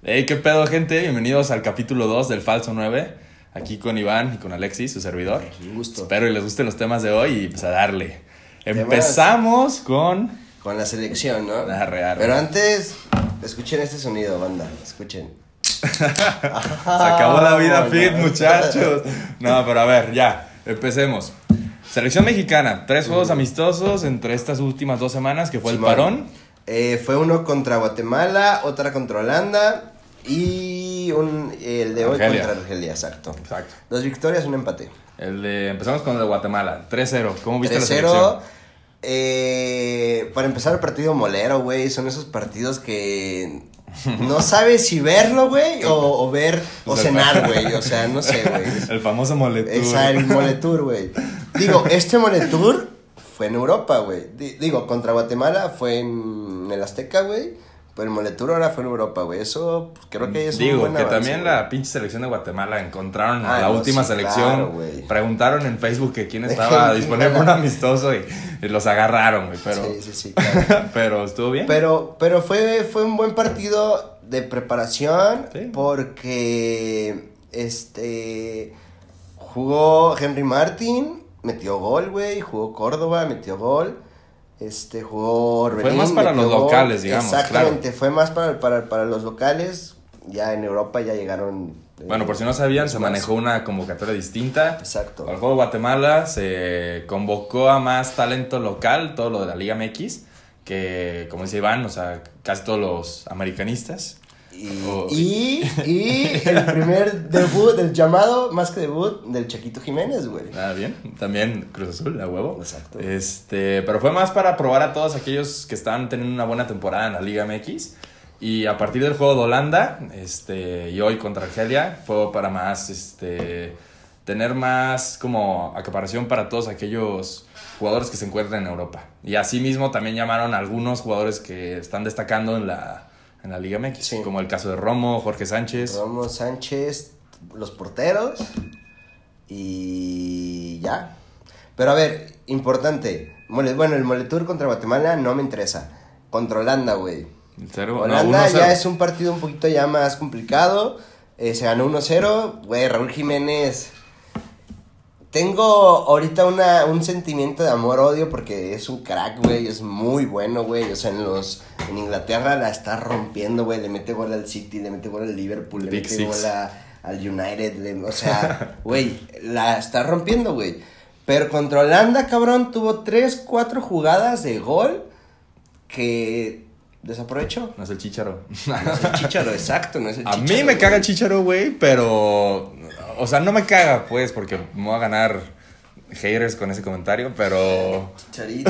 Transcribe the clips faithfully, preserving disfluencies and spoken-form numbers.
Hey, qué pedo, gente. Bienvenidos al capítulo dos del Falso nueve. Aquí con Iván y con Alexis, su servidor. Un gusto. Espero que les gusten los temas de hoy y pues a darle. Empezamos con... Con la selección, ¿no? Arre, arre. Pero antes, escuchen este sonido, banda. Escuchen. Se acabó la vida fit, muchachos. No, pero a ver, ya. Empecemos. Selección mexicana. Tres juegos amistosos entre estas últimas dos semanas, que fue el Simón. parón. Eh, fue uno contra Guatemala, otra contra Holanda y un, el de hoy Argelia. contra Argelia, exacto. Exacto. Dos victorias, un empate. El de, empezamos con el de Guatemala. tres cero. ¿Cómo viste tres la cero. selección? Eh, para empezar el partido molero, güey. Son esos partidos que no sabes si verlo, güey, o, o ver o cenar, güey. O sea, no sé, güey. El famoso moletur. Esa, el Moletour, güey. Digo, este Moletour fue en Europa, güey. D- digo, contra Guatemala fue en el Azteca, güey. Pero el Moletour ahora fue en Europa, güey. Eso pues, creo que es Digo, un buen que avance, también güey. la pinche selección de Guatemala encontraron Ah, la no, última sí, selección. claro, güey. Preguntaron en Facebook que quién estaba disponible para un amistoso y, y los agarraron, güey. Pero, Sí, sí, sí, claro. pero estuvo bien. Pero, pero fue, fue un buen partido de preparación Sí. porque este jugó Henry Martin, metió gol, güey, jugó Córdoba, metió gol. Este jugó Orbelín, Fue más para metió los gol. locales, digamos, Exactamente, fue más para, para, para los locales. Ya en Europa ya llegaron. eh, Bueno, por si no sabían, se más. manejó una convocatoria distinta. Exacto. Al juego de Guatemala se convocó a más talento local, todo lo de la Liga M X, que como dice Iván, o sea, casi todos los americanistas. Y, Oh. y, y el primer debut, el llamado, más que debut, del Chaquito Jiménez, güey. Ah, bien. También Cruz Azul, a huevo. Exacto. Este, pero fue más para probar a todos aquellos que estaban teniendo una buena temporada en la Liga M X. Y a partir del juego de Holanda, este, y hoy contra Argelia, fue para más, este, tener más como acaparación para todos aquellos jugadores que se encuentran en Europa. Y asimismo también llamaron a algunos jugadores que están destacando en la, en la Liga M X, Sí. como el caso de Romo, Jorge Sánchez. Romo Sánchez, los porteros y ya. Pero a ver, importante. Mole- Bueno, el Moletour contra Guatemala no me interesa. Contra Holanda, güey. El cero, no, Holanda uno cero. ya es un partido un poquito ya más complicado. Eh, se ganó uno cero. Güey, Raúl Jiménez. Tengo ahorita una, un sentimiento de amor-odio porque es un crack, güey. Es muy bueno, güey. O sea, en los en Inglaterra la está rompiendo, güey. Le mete gol al City, le mete gol al Liverpool, le Big mete Six. gol a- al United. le- o sea, güey, la está rompiendo, güey. Pero contra Holanda, cabrón, tuvo tres, cuatro jugadas de gol que desaprovechó. No es el Chícharo. No es el Chícharo, exacto, no es el A Chícharo. mí me caga el güey. Chícharo, güey, pero... O sea, no me caga, pues, porque me voy a ganar haters con ese comentario, pero... Chicharito.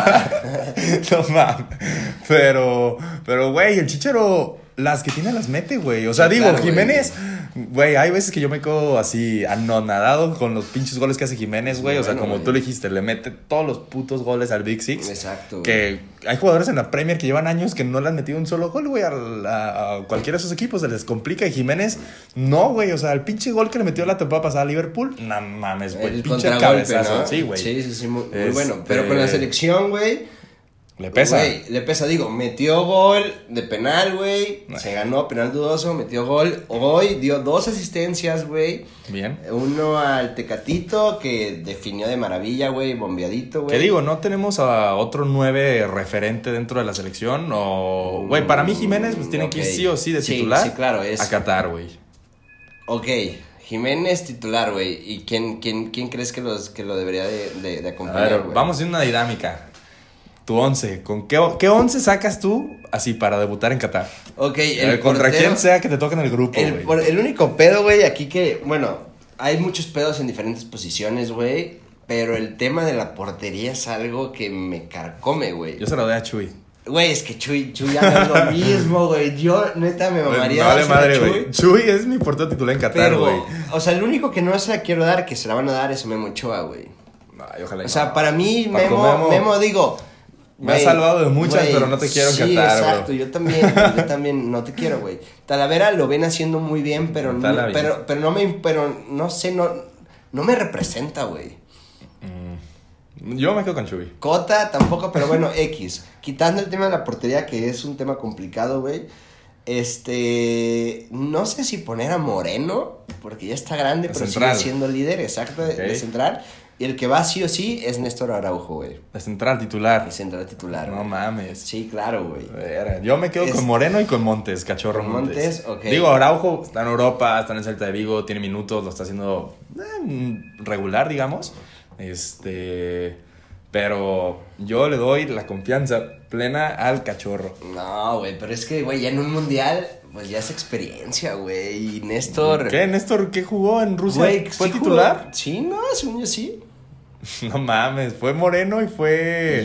No mames. Pero, pero, güey, el Chícharo, las que tiene las mete, güey. O sea, Sí, digo, claro, güey. Jiménez... Güey, hay veces que yo me quedo así anonadado con los pinches goles que hace Jiménez, güey. Sí, O sea, bueno, como güey. tú le dijiste, le mete todos los putos goles al Big Six. Exacto, güey. Que hay jugadores en la Premier que llevan años que no le han metido un solo gol, güey. A, a- a cualquiera de esos equipos se les complica. Y Jiménez, no, güey. O sea, el pinche gol que le metió la temporada pasada a Liverpool, no mames, güey. El Pinche contragolpe, cabezazo. ¿no? Sí, güey. Sí, sí, sí, muy, muy Este- bueno. Pero con la selección, güey. Le pesa. Güey, le pesa, digo, metió gol de penal, güey. Ay. Se ganó penal dudoso, metió gol. Hoy dio dos asistencias, güey. Bien. Uno al Tecatito, que definió de maravilla, güey, bombeadito, güey. ¿Qué digo? ¿No tenemos a otro nueve referente dentro de la selección? O, güey, para mí Jiménez pues tiene que ir Ok. sí o sí de Sí, titular sí, claro, es- a Qatar, güey. Ok, Jiménez titular, güey. ¿Y quién, quién, quién crees que, los, que lo debería de, de, de A acompañar, ver, güey? vamos a hacer una dinámica. Tu once. ¿Con qué, qué once sacas tú así para debutar en Qatar? Ok, El el contra portero- quien sea que te toque en el grupo, El, güey. por- el único pedo, güey, aquí que, bueno, hay muchos pedos en diferentes posiciones, güey, pero el tema de la portería es algo que me carcome, güey. Yo se lo doy a Chuy. Güey, es que Chuy, Chuy haga lo mismo, güey. Yo, neta, me mamaría No vale dársela a madre, Chuy, güey. Chuy es mi portero titular en Qatar, Pero, güey. o sea, el único que no se la quiero dar, que se la van a dar, es a Memo Ochoa, güey. Ay, ojalá y O no. sea, para mí, Paco Memo, Memo. Memo, digo... Me has güey, salvado de muchas, güey, pero no te quiero en sí, Qatar, bro. exacto, yo también, güey, yo también no te quiero, güey. Talavera lo ven haciendo muy bien, pero no, Talavera. pero, pero no me, pero no sé, no, no me representa, güey. Yo me quedo con Chuy. Cota tampoco, pero bueno, X. Quitando el tema de la portería, que es un tema complicado, güey. Este, no sé si poner a Moreno, porque ya está grande, De pero central. sigue siendo líder, exacto, de, Ok. de central. Y el que va sí o sí es Néstor Araujo, güey. De central titular. Es central titular, No güey. mames. Sí, claro, güey. Verga, yo me quedo Es- con Moreno y con Montes, cachorro Con Montes. Montes, ok. Digo, Araujo está en Europa, está en el Celta de Vigo, tiene minutos, lo está haciendo eh, regular, digamos. Este, pero yo le doy la confianza plena al cachorro. No, güey, pero es que, güey, ya en un mundial, pues ya es experiencia, güey. Y Néstor. ¿Qué? ¿Néstor qué jugó en Rusia? Güey, ¿Fue sí titular? jugó- Sí, no, según yo sí. No mames, fue Moreno y fue...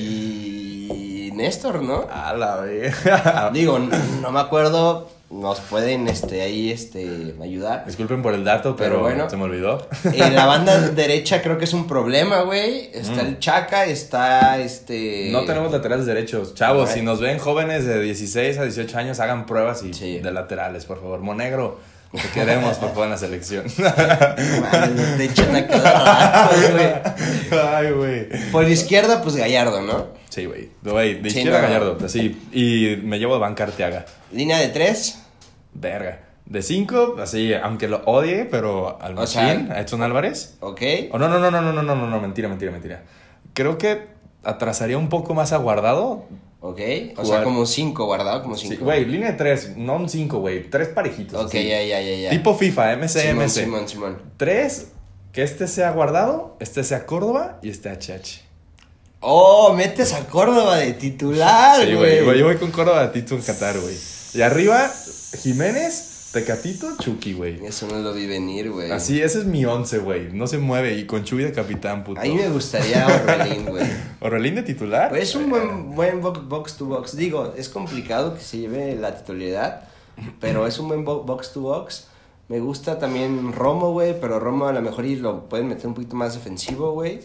Y Néstor, ¿no? A la vez. Digo, no, no me acuerdo. Nos pueden, este, ahí, este, ayudar. Disculpen por el dato, pero, Pero bueno. se me olvidó. En la banda derecha creo que es un problema, güey. Está Mm. el Chaca, está este. No tenemos laterales derechos. Chavos, Ay. si nos ven jóvenes de dieciséis a dieciocho años, hagan pruebas y Sí. de laterales, por favor. Monegro, te queremos por favor en la selección. Mames, te echan a cada rato, güey. Ay, güey. Por izquierda, pues Gallardo, ¿no? Sí, güey. Güey, de Sí, izquierda no. Gallardo, así. Y me llevo de banca Arteaga. Línea de tres. Verga. De cinco, así, aunque lo odie, pero al O sea- machín, a Edson Álvarez. Ok. Oh, no, no, no, no, no, no, no, no, no, mentira, mentira, mentira. Creo que atrasaría un poco más a Guardado. Ok. O Jugar- sea, como cinco, guardado como Sí, cinco. güey, línea de tres, no un cinco, güey. Tres parejitos. Ok, así. ya, ya, ya, ya. Tipo FIFA, M C, Simón, M C. Simón, Simón. Tres, que este sea Guardado, este sea Córdoba y este H H. Oh, metes a Córdoba de titular, Sí, güey. güey, yo voy con Córdoba Tito en Qatar, güey. Y arriba, Jiménez, Tecatito, Chucky, güey. Eso no lo vi venir, güey. Así, ese es mi once, güey. No se mueve. Y con Chuy de capitán, puto. A mí me gustaría Orbelín, güey. ¿Orelín de titular? Pues es un buen, buen bo- box to box. Digo, es complicado que se lleve la titularidad, pero es un buen bo- box to box. Me gusta también Romo, güey, pero Romo a lo mejor y lo pueden meter un poquito más defensivo, güey.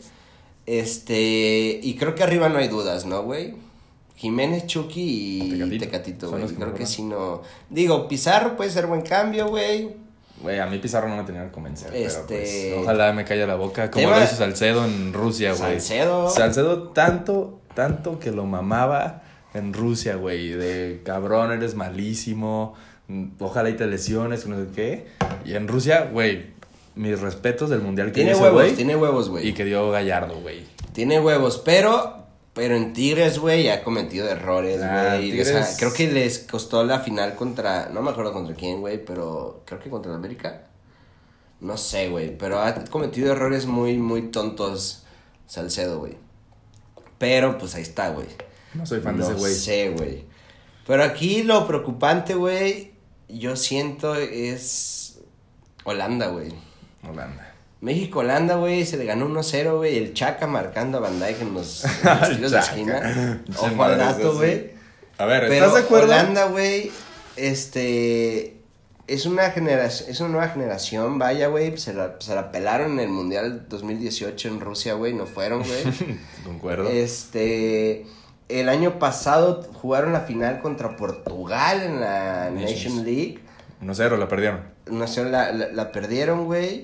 Este, y creo que arriba no hay dudas, ¿no, güey? Jiménez, Chucky y Tecatito. Tecatito, Son güey. los que Creo que mejoran. sí no. Digo, Pizarro puede ser buen cambio, güey. Güey, a mí Pizarro no me tenía que convencer. Pero Este- pues, ojalá me calla la boca. Como Tema- lo hizo Salcedo en Rusia, güey. Salcedo. Salcedo tanto, tanto que lo mamaba en Rusia, güey. De cabrón, eres malísimo. mm, Ojalá y te lesiones, no sé qué. Y en Rusia, güey, mis respetos del mundial que Tiene dio ese huevos, güey. tiene huevos, güey. Y que dio Gallardo, güey. Tiene huevos, pero pero en Tigres, güey, ha cometido errores, Ah, güey. Tigres- O sea, creo que les costó la final contra, no me acuerdo contra quién, güey, pero creo que contra el América. No sé, güey, pero ha cometido errores muy muy tontos Salcedo, güey. Pero pues ahí está, güey. No soy fan de No ese güey. sé, güey. Pero aquí lo preocupante, güey, yo siento es Holanda, güey. Holanda. México-Holanda, güey, se le ganó uno cero, güey. El Chaca marcando a Van Dijk en los, en los tiros de Chaca. esquina. Pinche Ojo al madre, dato, eso sí. güey. A ver, Pero ¿estás de acuerdo? Holanda, güey, este... Es una generación, es una nueva generación, vaya, güey. Se la, se la pelaron en el Mundial dos mil dieciocho en Rusia, güey. No fueron, güey. Concuerdo. Este... El año pasado jugaron la final contra Portugal en la Nations. Nation League. uno cero, la perdieron. No sé, la, la, la perdieron, güey.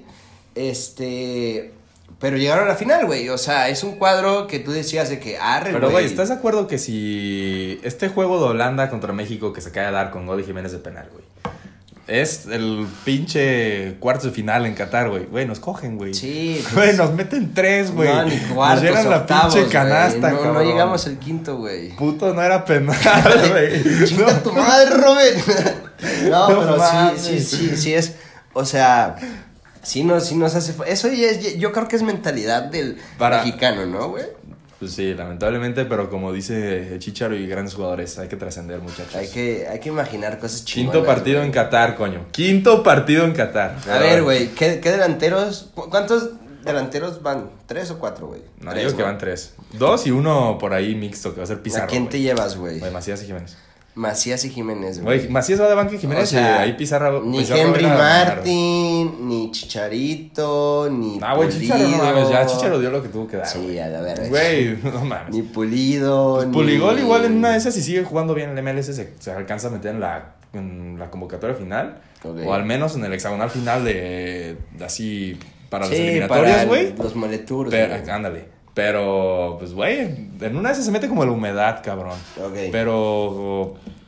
Este. Pero llegaron a la final, güey. O sea, es un cuadro que tú decías de que arre, Pero, güey, ¿estás de acuerdo que si este juego de Holanda contra México que se cae a dar con gol de Jiménez de penal, güey? Es el pinche cuarto de final en Qatar, güey. Güey, nos cogen, güey. Sí, pues- Güey, nos meten tres, güey. No, ni cuartos, Nos llenan la octavos, pinche güey. canasta, No, no cabrón. llegamos al quinto, güey. Puto, no era penal, güey. Chinga No. tu madre, Robert. no, No pero mames. sí, sí, sí, sí es. O sea, sí nos, sí nos hace. Eso ya es, yo creo que es mentalidad del Para- mexicano, ¿no, güey? Pues sí, lamentablemente, pero como dice Chicharo y grandes jugadores, hay que trascender, muchachos. Hay que, hay que imaginar cosas chingonas. Quinto partido güey. en Qatar, coño. Quinto partido en Qatar. A ver, güey, ¿qué, ¿qué delanteros? cu- ¿Cuántos delanteros van? ¿Tres o cuatro, güey? No, Tres, digo que ¿no? van tres. Dos y uno por ahí mixto, que va a ser Pizarro. ¿A quién te güey. llevas, güey? Güey, Macías y Jiménez. Macías y Jiménez, Güey, güey. Macías va de banca y Jiménez O sea, y ahí Pizarro. Ni Pizarro Henry era- Martin, ni Chicharito, ni Ah, güey, Chicharo no Pulido. mames, ya Chicharo dio lo que tuvo que dar. Sí, a la verga. Güey, no mames. Ni Pulido, Pues ni... Puligol igual en una de esas, si sigue jugando bien en el M L S, se, se alcanza a meter en la, en la convocatoria final. Ok. O al menos en el hexagonal final de, de así, para las Sí, eliminatorias, para güey. los moleturos, Pero- güey. Ándale. Pero, pues, güey, en una de esas se mete como la humedad, cabrón. Ok. Pero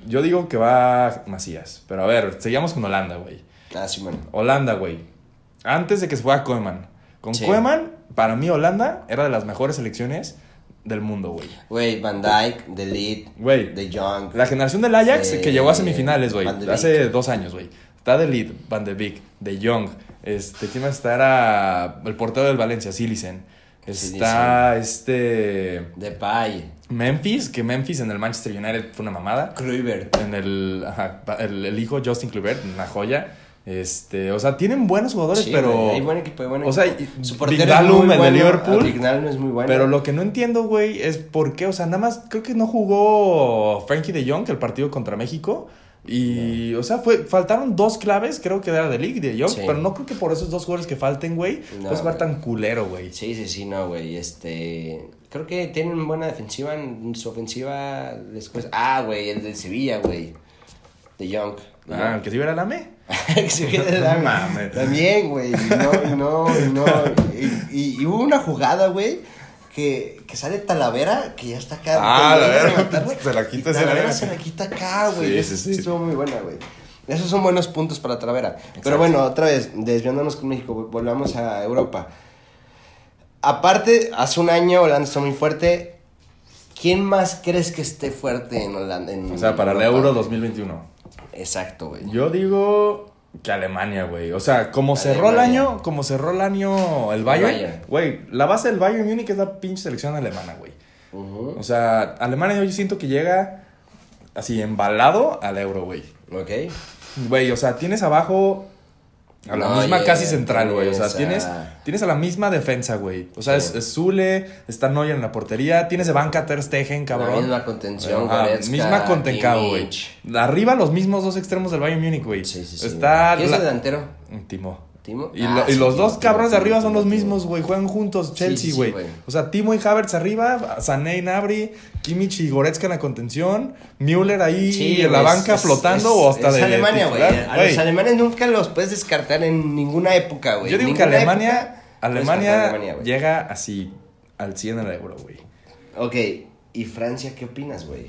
Yo digo que va Macías. Pero a ver, seguimos con Holanda, güey. Ah, sí, man. Holanda, güey. Antes de que se fuera Koeman. Con Sí. Koeman, para mí Holanda era de las mejores selecciones del mundo, güey. Güey, Van Dijk, De Ligt, Güey. De Jong. La generación del Ajax Eh, que llegó a semifinales, güey. Van de Beek. Hace dos años, güey. Está De Ligt, Van de Beek, De Jong. Este, ¿quién más está? Era el portero del Valencia, Silicen. Está este... Depay. Memphis, que Memphis en el Manchester United fue una mamada. Kluivert. En el, ajá, el, el hijo Justin Kluivert, una joya. Este, o sea, tienen buenos jugadores, Sí, pero... güey, hay buen equipo, hay buen O sea, equipo. y- Su portero es Wijnaldum, muy el de bueno. Liverpool. Ah, Wijnaldum es muy bueno. Pero lo que no entiendo, güey, es por qué, o sea, nada más creo que no jugó Frankie de Jong el partido contra México. Y, o sea, fue, faltaron dos claves, creo que era de Ligt y de Jong, Sí. pero no creo que por esos dos jugadores que falten, güey, No, puedes jugar güey. tan culero, güey. Sí, sí, sí, no, güey. Este. Creo que tienen buena defensiva. En su ofensiva les cuesta. Ah, güey, el del Sevilla, güey. De Jong. Ah, el que sí era la me. Que se quede la- No mames. También, güey. Y no, y no, y no. Y, y- y hubo una jugada, güey, que, que sale Talavera, que ya está acá. Ah, pendiente la de verga, matar, güey, se la quita y ese Talavera verga. se la quita acá, güey. Sí, Eso sí, sí. estuvo muy buena, güey. Esos son buenos puntos para Talavera. Pero bueno, otra vez, desviándonos con México, güey, volvamos a Europa. Aparte, hace un año Holanda está muy fuerte. ¿Quién más crees que esté fuerte en Holanda? En O sea, para el Europa? Euro dos mil veintiuno. Exacto, güey. Yo digo que Alemania, güey. O sea, como cerró el Alemania. año, como cerró el año el Bayern, Bayern. güey, la base del Bayern Múnich es la pinche selección alemana, güey. Ujú. O sea, Alemania yo siento que llega así embalado al Euro, güey. Ok. Güey, o sea, tienes abajo a la No, misma oye, casi central, güey. O sea, tienes tienes, a- tienes a la misma defensa, güey. O sea, Sí. es, es Zule, está Neuer en la portería, tienes de banca Ter Stegen, cabrón. La misma contención, Ajá, Goretzka, misma contencado, güey. Kimmich. Arriba los mismos dos extremos del Bayern Múnich, güey. Sí, sí, sí. Está ¿Quién es la- el delantero? Timo. ¿Timo? Y, Ah, lo- y sí, los Timo, dos Timo, cabrones de Timo, arriba Timo, son los Timo. mismos, güey. Juegan juntos, Sí, Chelsea, sí, sí, güey. güey. O sea, Timo y Havertz arriba, Sané y Gnabry, Kimmich y Goretzka en la contención, Müller ahí Sí, en la güey, banca es- flotando es- o hasta es de Alemania, güey. titular. A Güey, los alemanes nunca los puedes descartar en ninguna época, güey. Yo digo que Ninguna Alemania, época puedes descartar a Alemania, Alemania, güey. llega así al cien en el Euro, güey. Ok, ¿y Francia qué opinas, güey?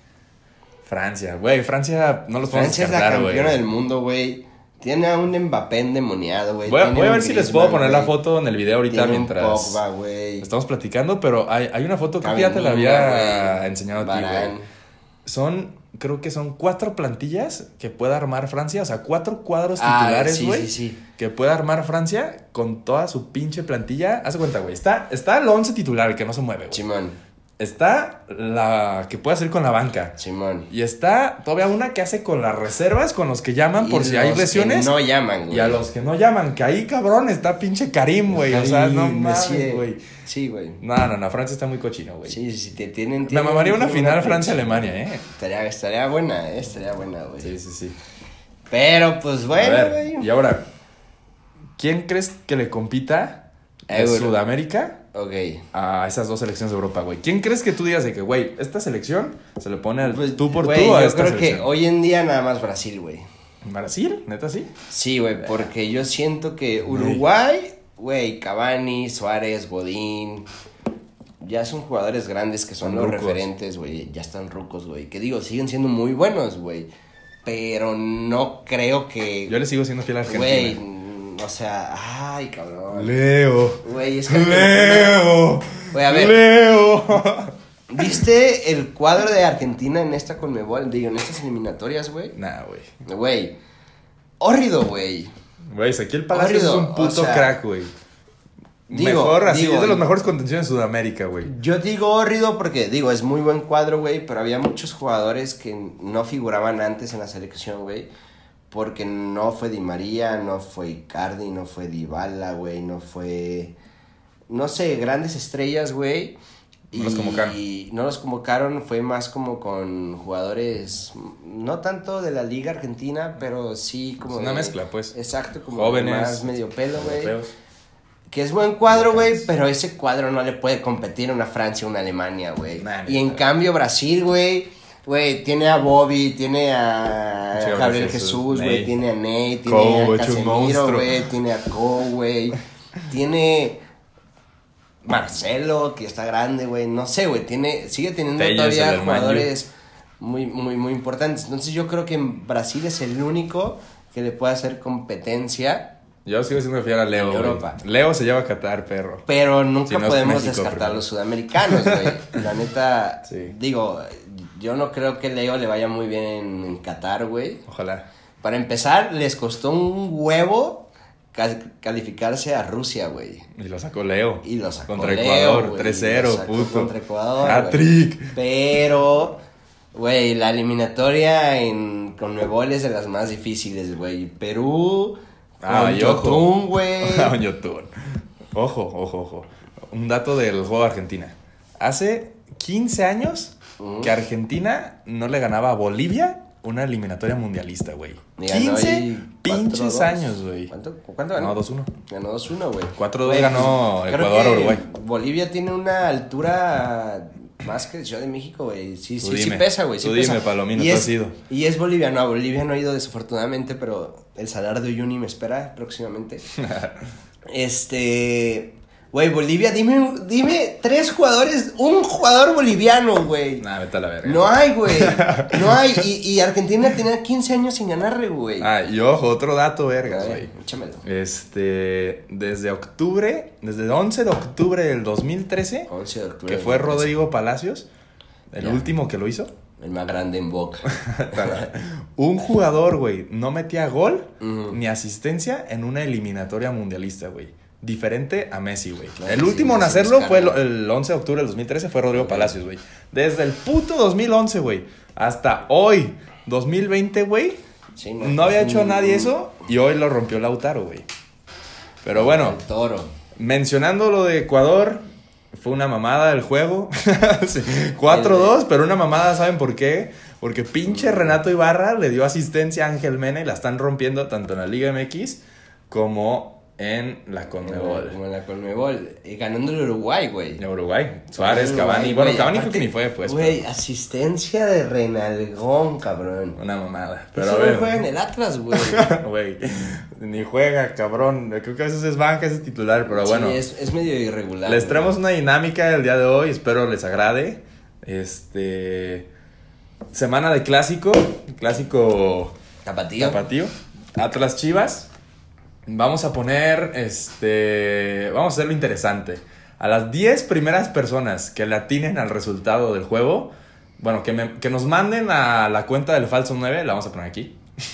Francia, güey, Francia no los podemos Francia es la descartar, güey. campeona del mundo, güey. Tiene a un Mbappé endemoniado, güey. Voy a, Tiene voy a un ver si les puedo Griezmann, poner la güey. foto en el video ahorita Tiene un mientras Pogba, güey. estamos platicando, pero hay, hay una foto que ya te la Camavinga, había güey. enseñado a ti, Varane. güey. Son, creo que son cuatro plantillas que puede armar Francia, o sea, cuatro cuadros Ah, titulares, sí, güey. sí, sí. Que puede armar Francia con toda su pinche plantilla. Haz de cuenta, güey. Está, está el once titular, el que no se mueve, güey. Simón, Está la que puede hacer con la banca. Simón. Y está todavía una que hace con las reservas, con los que llaman por Y si hay los que lesiones. no llaman, güey. Y a los que no llaman, que ahí, cabrón, está pinche Karim, güey. O sea, no Ay, mames, Messi. güey. Sí, güey. No, no, no, Francia está muy cochino, güey. Sí, sí, sí, te tienen... Me tienen- mamaría una tienen final una Francia-Alemania, ¿eh? Estaría, estaría buena, eh, estaría buena, güey. Sí, sí, sí. Pero, pues, A bueno, ver, güey. y ahora, ¿quién crees que le compita de Euro. Sudamérica Ok. a esas dos selecciones de Europa, güey? ¿Quién crees que tú digas de que, güey, esta selección se le pone al Pues, tú por güey, tú a yo esta creo selección? que hoy en día nada más Brasil, güey. ¿Brasil? ¿Neta sí? Sí, güey, porque yo siento que Uruguay, güey, Cavani, Suárez, Godín, ya son jugadores grandes que son Son los rucos. referentes, güey, ya están rucos, güey. Que digo, siguen siendo muy buenos, güey, pero no creo que... Yo le sigo siendo fiel a Argentina. Güey, mm, o sea, ay, cabrón. Leo. Güey, es que... Leo. Güey, a ver. Leo. ¿Viste el cuadro de Argentina en esta Conmebol? Digo, en estas eliminatorias, güey. Nah, güey. Güey, hórrido, güey. Güey, Ezequiel Palacios Horrido, es un puto o sea, crack, güey. digo, Mejor, así, digo, es de los y- mejores contenciones de Sudamérica, güey. Yo digo hórrido porque, digo, es muy buen cuadro, güey, pero había muchos jugadores que no figuraban antes en la selección, güey, porque no fue Di María, no fue Icardi, no fue Dybala, güey, no fue, no sé, grandes estrellas, güey. No los convocaron. Y no los convocaron, fue más como con jugadores, no tanto de la Liga Argentina, pero sí como... Es una de- mezcla, pues. Exacto, como Jóvenes, más medio pelo, güey. europeos. Que es buen cuadro, güey, pero ese cuadro no le puede competir a una Francia o una Alemania, güey. Nah, Y en neta. cambio Brasil, güey, güey, tiene a Bobby, tiene a Sí, Gabriel Gabriel Jesús, Jesús, güey, Ney. tiene a Ney, tiene Cole, a hecho un Casemiro, monstruo. güey, tiene a Cole, güey, tiene Marcelo, que está grande, güey, no sé, güey, tiene, sigue teniendo Telles, todavía el del Man U. jugadores muy, muy, muy importantes. Entonces yo creo que en Brasil es el único que le puede hacer competencia. Yo sigo siendo fiel a Leo, En güey. Europa. Leo se lleva a Qatar, perro. Pero nunca Si no es podemos México descartar primero. a los sudamericanos, güey. La neta, Sí. digo, yo no creo que Leo le vaya muy bien en, en Qatar, güey. Ojalá. Para empezar, les costó un huevo ca- calificarse a Rusia, güey. Y lo sacó Leo. Y lo sacó Contra Leo, Ecuador, güey, tres y lo cero, sacó puto. contra Ecuador, güey. Hat-trick. Pero, güey, la eliminatoria en Conmebol es de las más difíciles, güey. Perú, Ah, con y ojo. Yotun, güey. Ah, Yotun. Ojo, ojo, ojo. Un dato del juego de Argentina. Hace quince años Mm. que Argentina no le ganaba a Bolivia una eliminatoria mundialista, güey. Y ganó quince ahí pinches cuatro dos. años, güey. ¿Cuánto, ¿Cuánto ganó? No, dos uno. Ganó dos uno, güey. cuatro dos Güey, ganó creo Ecuador que a Uruguay. Bolivia tiene una altura más que el Ciudad de México, güey. Sí, Tú sí, sí dime, pesa, güey. Sí tú pesa. dime, Palomino, Y tú es- has ido. Y es Bolivia, no, a Bolivia no ha ido desafortunadamente, pero el Salar de Uyuni me espera próximamente. Este... Güey, Bolivia, dime, dime tres jugadores, un jugador boliviano, güey. Nah, vete a la verga. No hay, güey. No hay. Y, y Argentina tenía quince años sin ganarle, güey. Ah, y ojo, otro dato, A vergas, ver, güey. échamelo. Este, desde octubre, desde el once de octubre del dos mil trece, once de octubre. que fue Rodrigo Palacios, el Ya. último que lo hizo. El más grande en Boca. Un jugador, güey, no metía gol Ujú. ni asistencia en una eliminatoria mundialista, güey. Diferente a Messi, güey. Claro, El sí, último en Messi hacerlo nos fue el, carga. el once de octubre del dos mil trece, fue Rodrigo Ok. Palacios, güey. Desde el puto dos mil once, güey, hasta hoy, dos mil veinte, güey, Sí, no había es hecho un- nadie eso y hoy lo rompió Lautaro, güey. Pero bueno, El toro. mencionando lo de Ecuador, fue una mamada el juego. Sí, cuatro dos, pero una mamada, ¿saben por qué? Porque pinche Renato Ibarra le dio asistencia a Ángel Mena y la están rompiendo tanto en la Liga M X como en la Conmebol. Como en la Conmebol. Y ganando el Uruguay, güey. En Uruguay, Suárez, Uruguay, Cavani. Bueno, güey, Cavani aparte, creo que ni fue, pues. Güey, asistencia de Reinalgón, cabrón. pero una mamada. Pero Ese a güey ver. juega en el Atlas, güey. Güey, ni juega, cabrón. Creo que a veces es banca, es titular, pero bueno. Sí, es, es medio irregular. Les güey. traemos una dinámica el día de hoy, espero les agrade. Este. Semana de clásico, clásico Tapatío. tapatío. Atlas Chivas. Vamos a poner, este. Vamos a hacerlo interesante. A las diez primeras personas que le atinen al resultado del juego, bueno, que, me- que nos manden a la cuenta del falso nueve, la vamos a poner aquí.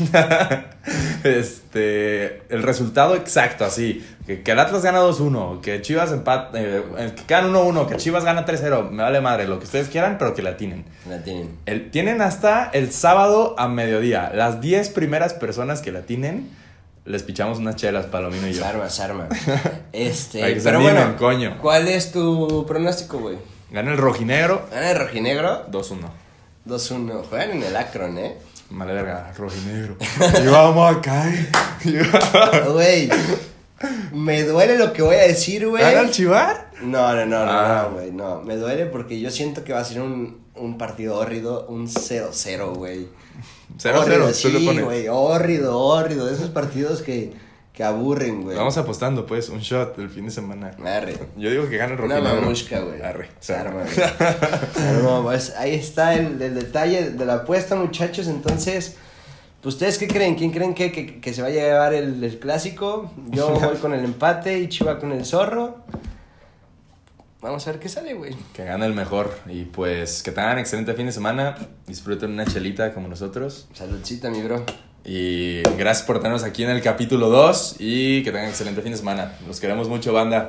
Este, el resultado exacto, así. Que, que el Atlas gana dos uno, que Chivas empata, eh, que quedan uno uno, que Chivas gana tres cero. Me vale madre, lo que ustedes quieran, pero que la atinen. La tienen. El, tienen hasta el sábado a mediodía. Las diez primeras personas que la atinen, les pichamos unas chelas, Palomino y yo. Se arma, se arma. Este, Para que se pero animen, bueno, coño. ¿cuál es tu pronóstico, güey? Gana el rojinegro ¿Gana el rojinegro? dos uno. dos uno. Juegan en el Akron, ¿eh? Vale, verga, rojinegro. Y vamos a caer. Güey, me duele lo que voy a decir, güey. ¿Gana el Chivar? No, no, no, no, Ah. no, güey, no. Me duele porque yo siento que va a ser un, un partido hórrido, un cero cero, güey. cero cero, Hórrido, tú le sí, pones. güey, hórrido, hórrido. De esos partidos que, que aburren, güey. Vamos apostando, pues, un shot el fin de semana. Arre. Yo digo que gana el Una rojinegro. mamushka, güey. Arre. Se arma, güey. Se arma, pues, ahí está el, el detalle de la apuesta, muchachos. Entonces, ¿ustedes qué creen? ¿Quién creen que, que, que se va a llevar el, el clásico? Yo voy con el empate y Chiva con el zorro. Vamos a ver qué sale, güey. Que gane el mejor. Y pues que tengan excelente fin de semana. Disfruten una chelita como nosotros. Saludcita, mi bro. Y gracias por tenernos aquí en el capítulo dos. Y que tengan excelente fin de semana. Los queremos mucho, banda.